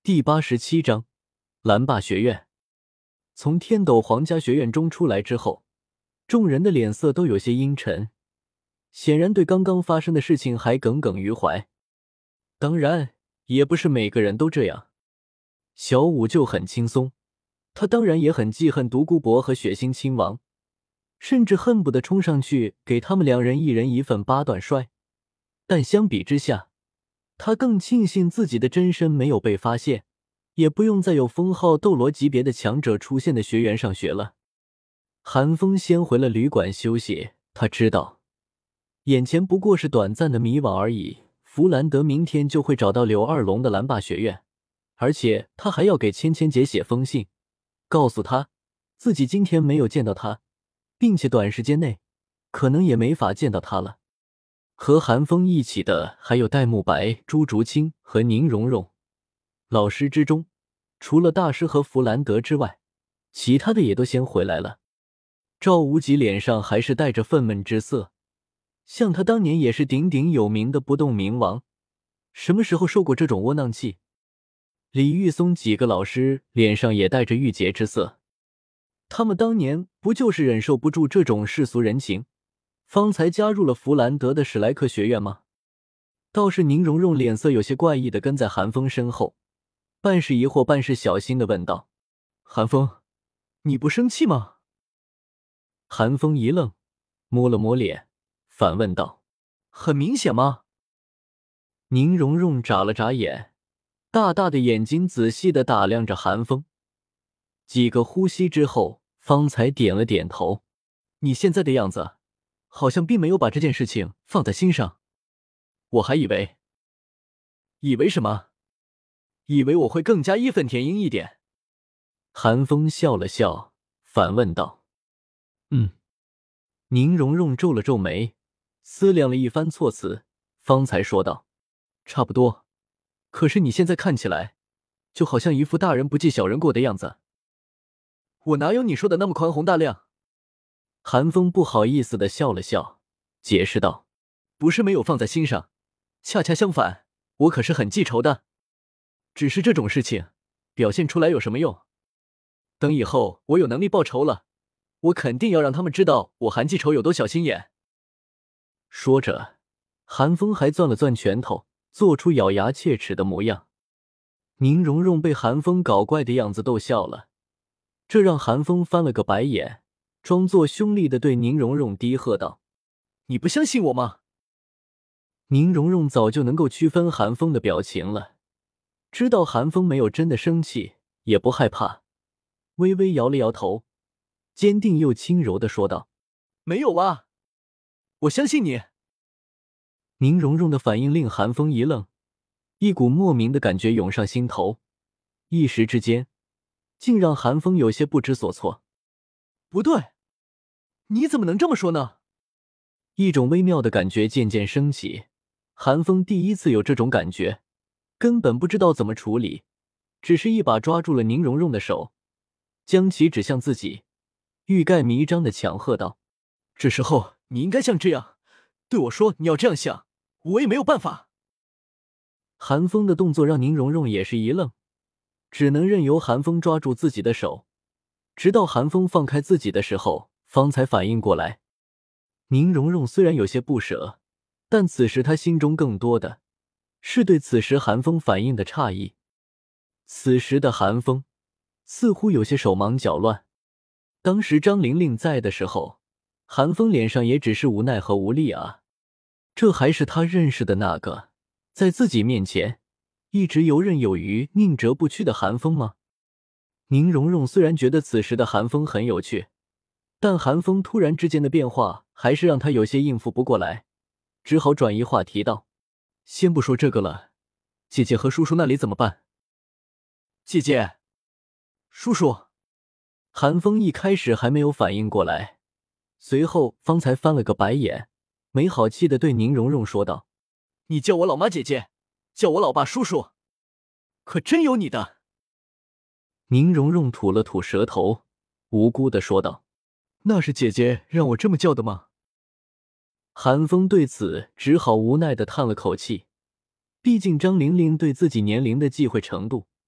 第87章蓝霸学院。从天斗皇家学院中出来之后，众人的脸色都有些阴沉，显然对刚刚发生的事情还耿耿于怀。当然，也不是每个人都这样。小舞就很轻松，他当然也很记恨独孤博和血腥亲王，甚至恨不得冲上去给他们两人一人一份八段摔。但相比之下，他更庆幸自己的真身没有被发现，也不用再有封号斗罗级别的强者出现的学园上学了。韩风先回了旅馆休息，他知道眼前不过是短暂的迷惘而已。弗兰德明天就会找到柳二龙的蓝霸学院，而且他还要给芊芊姐写封信，告诉他自己今天没有见到他，并且短时间内可能也没法见到他了。和韩风一起的还有戴沐白、朱竹清和宁荣荣。老师之中，除了大师和弗兰德之外，其他的也都先回来了。赵无极脸上还是带着愤懑之色，像他当年也是鼎鼎有名的不动明王，什么时候受过这种窝囊气？李玉松几个老师脸上也带着郁结之色，他们当年不就是忍受不住这种世俗人情，方才加入了弗兰德的史莱克学院吗？倒是宁荣荣脸色有些怪异的跟在韩风身后，半是疑惑半是小心的问道：韩风，你不生气吗？韩风一愣，摸了摸脸，反问道：很明显吗？宁荣荣眨了眨眼，大大的眼睛仔细地打量着韩风，几个呼吸之后方才点了点头。你现在的样子好像并没有把这件事情放在心上，我还以为什么？以为我会更加义愤填膺一点。韩风笑了笑，反问道：宁荣荣皱了皱眉，思量了一番措辞，方才说道：差不多，可是你现在看起来就好像一副大人不计小人过的样子。我哪有你说的那么宽宏大量？韩风不好意思地笑了笑，解释道：不是没有放在心上，恰恰相反，我可是很记仇的。只是这种事情表现出来有什么用？等以后我有能力报仇了，我肯定要让他们知道我韩记仇有多小心眼。说着，韩风还攥了攥拳头，做出咬牙切齿的模样。宁荣荣被韩风搞怪的样子逗笑了，这让韩风翻了个白眼，装作凶厉地对宁荣荣低喝道：你不相信我吗？宁荣荣早就能够区分韩风的表情了，知道韩风没有真的生气，也不害怕，微微摇了摇头，坚定又轻柔地说道：没有啊，我相信你。宁荣荣的反应令韩风一愣，一股莫名的感觉涌上心头，一时之间竟让韩风有些不知所措。不对，你怎么能这么说呢？一种微妙的感觉渐渐升起，韩风第一次有这种感觉，根本不知道怎么处理，只是一把抓住了宁荣荣的手，将其指向自己，欲盖弥彰地强喝道：这时候你应该像这样对我说，你要这样想，我也没有办法。韩风的动作让宁荣荣也是一愣，只能任由韩风抓住自己的手，直到韩风放开自己的时候，方才反应过来。宁荣荣虽然有些不舍，但此时她心中更多的是对此时韩风反应的诧异。此时的韩风似乎有些手忙脚乱，当时张玲玲在的时候，韩风脸上也只是无奈和无力啊。这还是他认识的那个在自己面前一直游刃有余、宁折不屈的韩风吗？宁荣荣虽然觉得此时的韩风很有趣，但韩风突然之间的变化还是让他有些应付不过来，只好转移话题道：先不说这个了，姐姐和叔叔那里怎么办？姐姐，叔叔。韩风一开始还没有反应过来，随后方才翻了个白眼，没好气地对宁荣荣说道：你叫我老妈姐姐，叫我老爸叔叔，可真有你的。宁荣荣吐了吐舌头，无辜地说道：那是姐姐让我这么叫的吗？韩风对此只好无奈地叹了口气，毕竟张玲玲对自己年龄的忌讳程度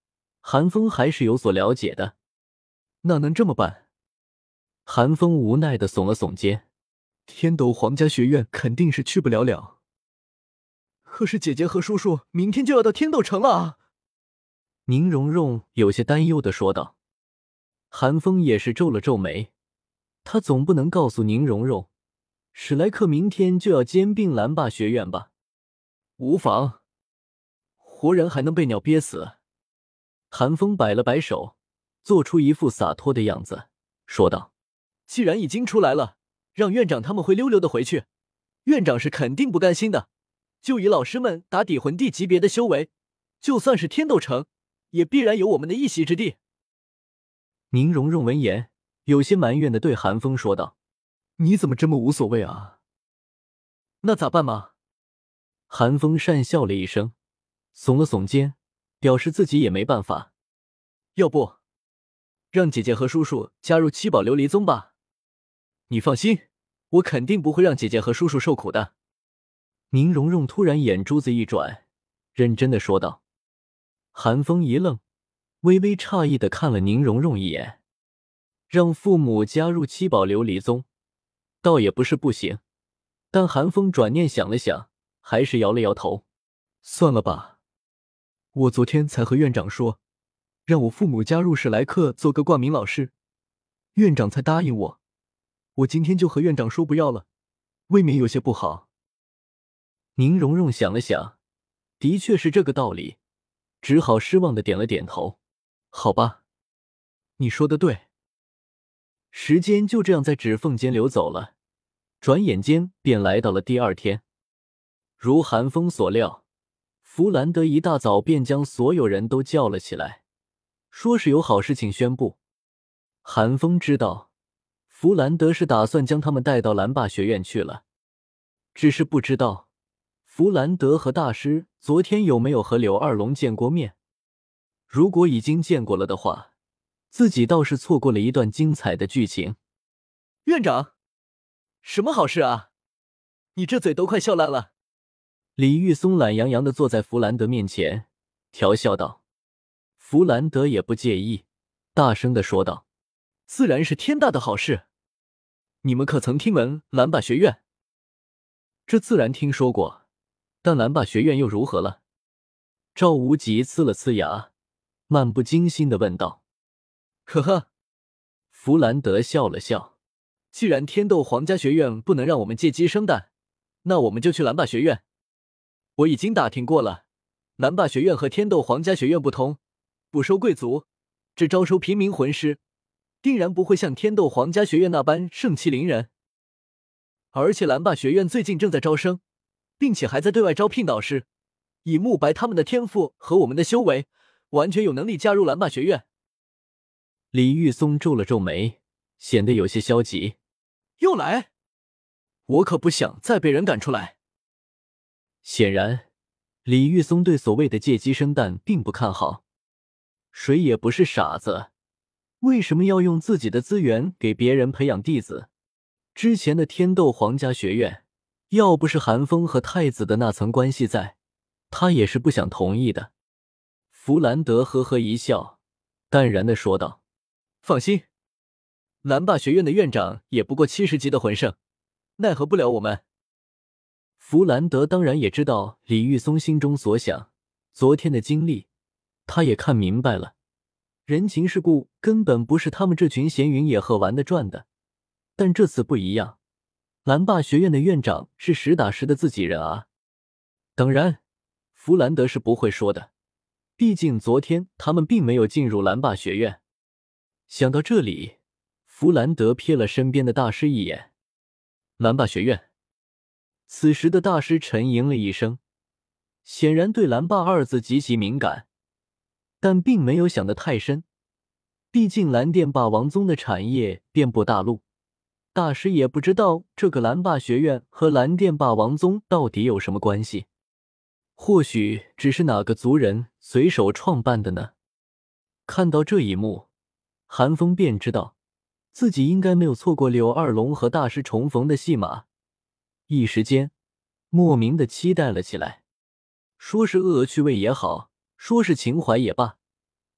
韩风还是有所了解的。那能这么办？韩风无奈地耸了耸肩。天斗皇家学院肯定是去不了。可是姐姐和叔叔明天就要到天斗城了啊！宁荣荣有些担忧地说道。韩风也是皱了皱眉，他总不能告诉宁荣荣，史莱克明天就要兼并蓝霸学院吧？无妨，活人还能被鸟憋死。韩风摆了摆手，做出一副洒脱的样子，说道：既然已经出来了，让院长他们灰溜溜的回去，院长是肯定不甘心的。就以老师们打底魂帝级别的修为，就算是天斗城，也必然有我们的一席之地。宁荣荣闻言，有些埋怨的对韩风说道：你怎么这么无所谓啊？那咋办嘛？韩风讪笑了一声，耸了耸肩，表示自己也没办法。要不让姐姐和叔叔加入七宝琉璃宗吧？你放心，我肯定不会让姐姐和叔叔受苦的。宁荣荣突然眼珠子一转，认真的说道。韩风一愣，微微诧异的看了宁荣荣一眼。让父母加入七宝琉璃宗倒也不是不行，但韩风转念想了想，还是摇了摇头。算了吧，我昨天才和院长说，让我父母加入史莱克做个冠名老师，院长才答应我。我今天就和院长说不要了，未免有些不好。宁荣荣想了想，的确是这个道理，只好失望的点了点头。好吧，你说的对。时间就这样在指缝间流走了，转眼间便来到了第二天。如韩风所料，弗兰德一大早便将所有人都叫了起来，说是有好事情宣布。韩风知道弗兰德是打算将他们带到蓝霸学院去了，只是不知道弗兰德和大师昨天有没有和柳二龙见过面。如果已经见过了的话，自己倒是错过了一段精彩的剧情。院长，什么好事啊？你这嘴都快笑烂了。李玉松懒洋洋地坐在弗兰德面前，调笑道。弗兰德也不介意，大声地说道：自然是天大的好事。你们可曾听闻蓝霸学院？这自然听说过，但蓝霸学院又如何了？赵无极呲了呲牙，漫不经心地问道。呵呵，弗兰德笑了笑，既然天斗皇家学院不能让我们借鸡生蛋，那我们就去蓝霸学院。我已经打听过了，蓝霸学院和天斗皇家学院不同，不收贵族，只招收平民魂师，定然不会像天斗皇家学院那般盛气凌人。而且蓝霸学院最近正在招生，并且还在对外招聘导师，以慕白他们的天赋和我们的修为，完全有能力加入蓝霸学院。李玉松皱了皱眉，显得有些消极。又来？我可不想再被人赶出来。显然，李玉松对所谓的借鸡生蛋并不看好。谁也不是傻子，为什么要用自己的资源给别人培养弟子？之前的天斗皇家学院，要不是韩风和太子的那层关系在，他也是不想同意的。弗兰德呵呵一笑，淡然地说道。放心，蓝霸学院的院长也不过70级的魂圣，奈何不了我们。弗兰德当然也知道李玉松心中所想，昨天的经历他也看明白了，人情世故根本不是他们这群闲云野鹤玩得转的。但这次不一样，蓝霸学院的院长是实打实的自己人啊。当然，弗兰德是不会说的，毕竟昨天他们并没有进入蓝霸学院。想到这里，弗兰德瞥了身边的大师一眼。蓝霸学院。此时的大师沉吟了一声，显然对蓝霸二字极其敏感，但并没有想得太深。毕竟蓝电霸王宗的产业遍布大陆，大师也不知道这个蓝霸学院和蓝电霸王宗到底有什么关系。或许只是哪个族人随手创办的呢？看到这一幕，韩风便知道自己应该没有错过柳二龙和大师重逢的戏码，一时间莫名的期待了起来。说是恶趣味也好，说是情怀也罢，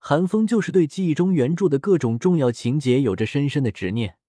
韩风就是对记忆中原著的各种重要情节有着深深的执念。